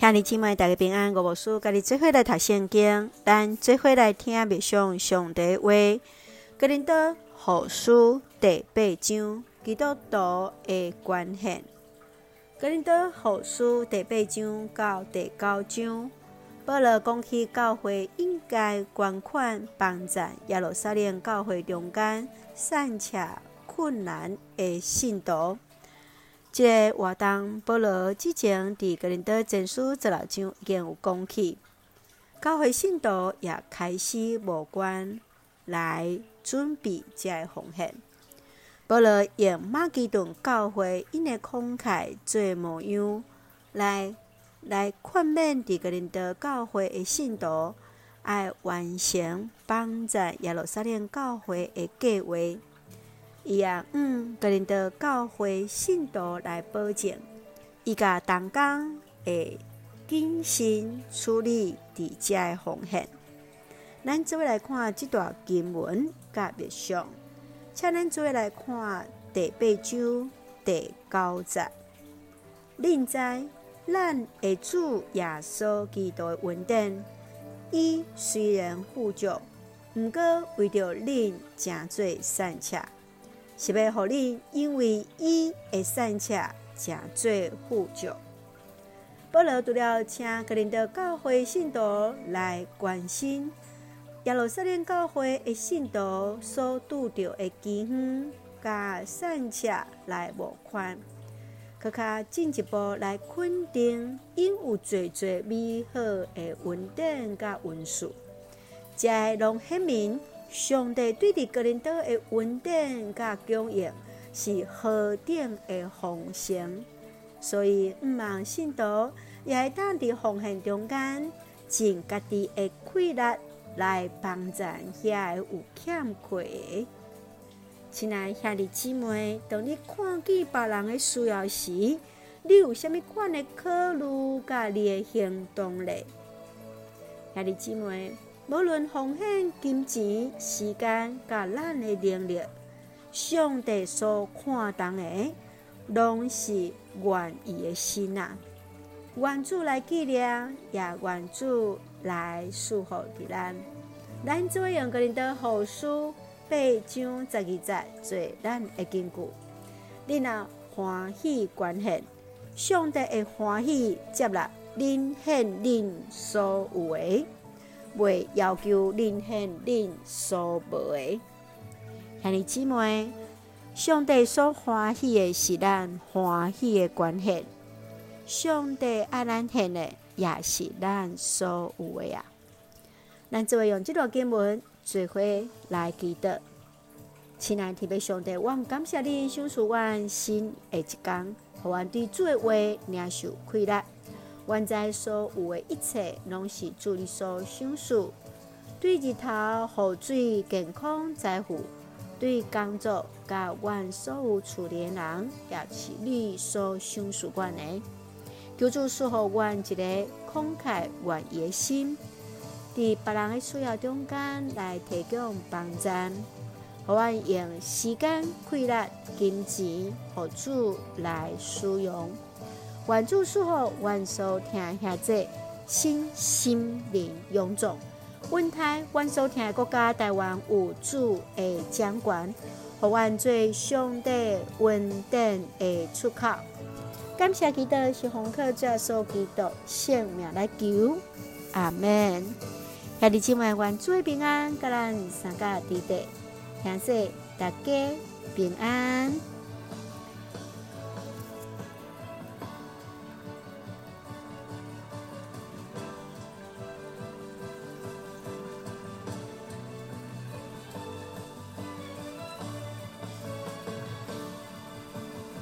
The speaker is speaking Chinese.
兄弟姊妹，大家平安。我无事，家己做伙来读圣经，咱做伙来听默想上帝话。哥林多后书第8章，基督徒的关系。哥林多后书第8章到第9章，保罗讲起教会应该捐款帮助耶路撒冷教会中间散扯困难的信徒。这个活动，保罗之前伫哥林多前书16章已经有讲起，教会信徒也开始募捐来准备这个奉献。保罗用马其顿教会因的慷慨做模样，来劝勉伫哥林多教会的信徒，要完成帮助耶路撒冷教会的计划。伊也哥林多教会信徒来保证，伊甲同工会谨慎处理伫遮的奉献。咱做伙来看这段经文甲默想，请咱做伙来看第8章第9节。恁知咱的主耶稣基督的恩典，伊虽然富足，毋过为着恁诚做散扯，是要互恁因为伊的散扯诚做富足。保罗除了请哥林多教会信徒来关心耶路撒冷教会的信徒所拄到的饥荒甲散扯来募款，更较进一步来肯定因有最美好的恩典甲恩赐，这会让显明上帝对伫哥林多的恩典甲供应是何等的丰盛，所以毋望信徒也会当伫奉献中间尽家己的气力来帮助遐有欠缺的。亲爱兄弟姊妹，当你看见别人的需要时，你有啥物款的考虑甲你的行动呢？兄弟姊妹，无论奉献金钱、时间甲咱的能力，上帝所看重的，拢是愿意的心啊。愿主来纪念，也愿主来祝福伫咱。咱做用哥林多后书8章12节做咱的根据。恁若欢喜捐献，上帝会欢喜接纳恁献恁所有的，袂要求恁献恁所无的。兄弟姊妹，上帝所欢喜的是咱欢喜的捐献，上帝爱咱献的也是咱所有的啊。咱做用这段经文做伙来祈祷。亲爱的上帝，我们感谢你赏赐阮新的一天，互阮对主的话领受快乐。阮知所有的一切，拢是主你所赏赐。对日头、雨水、健康、财富，对工作，甲阮所有厝里的人，也是你所赏赐阮的。求主赐予阮一个慷慨愿意的心，伫别人的需要中间来提供帮助，互阮用时间、气力、金钱，互主来使用。愿主赐予阮所听遐者心灵勇壮。阮台阮所听的国家台湾有主的掌权，互阮做上帝恩典的出口。感谢基督是奉靠主耶稣基督性命来求，阿们。兄弟姊妹，愿主的平安，甲咱三甲伫地，兄弟大家平安。